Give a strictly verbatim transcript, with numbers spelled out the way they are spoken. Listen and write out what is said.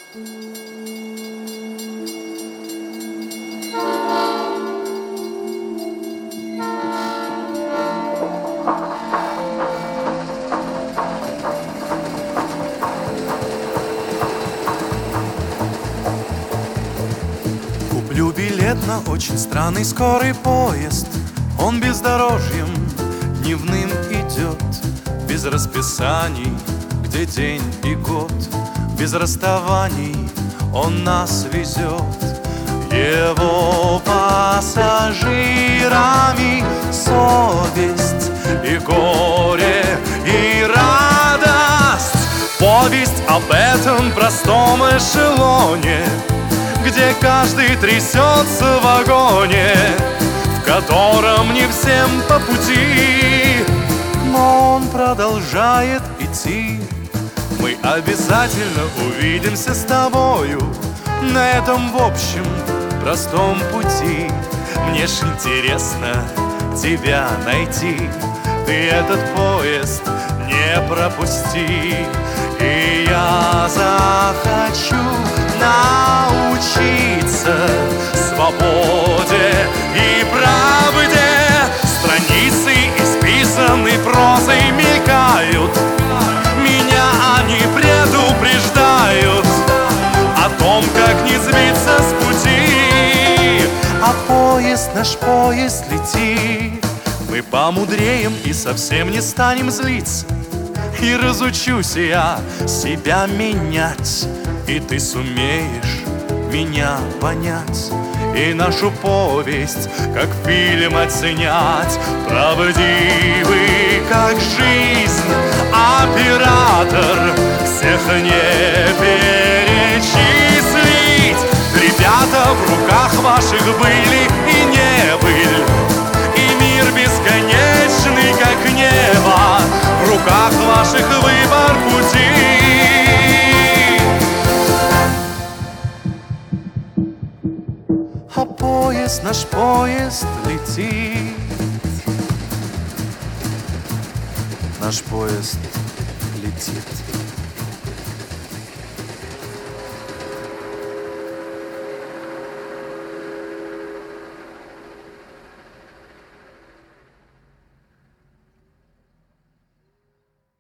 Куплю билет на очень странный скорый поезд. Он бездорожьем дневным идет, без расписаний, где день и год, без расставаний он нас везет. Его пассажирами совесть и горе, и радость. Повесть об этом простом эшелоне, где каждый трясется в вагоне, в котором не всем по пути, но он продолжает идти. Мы обязательно увидимся с тобою на этом, в общем, простом пути. Мне ж интересно тебя найти, ты этот поезд не пропусти. И я захочу научиться свободе и правде. Страницы, исписанные прозой, мелькают, меня они предупреждают о том, как не сбиться с пути. А поезд, наш поезд летит, мы помудреем и совсем не станем злиться. И разучусь я себя менять, и ты сумеешь меня понять, и нашу повесть как фильм оценять. Правдивый, как жизнь, оператор, всех не перечислить. Ребята, в руках ваших были и не были, и мир бесконечный, как небо, в руках ваших выбор пути. А поезд, наш поезд летит, наш поезд летит.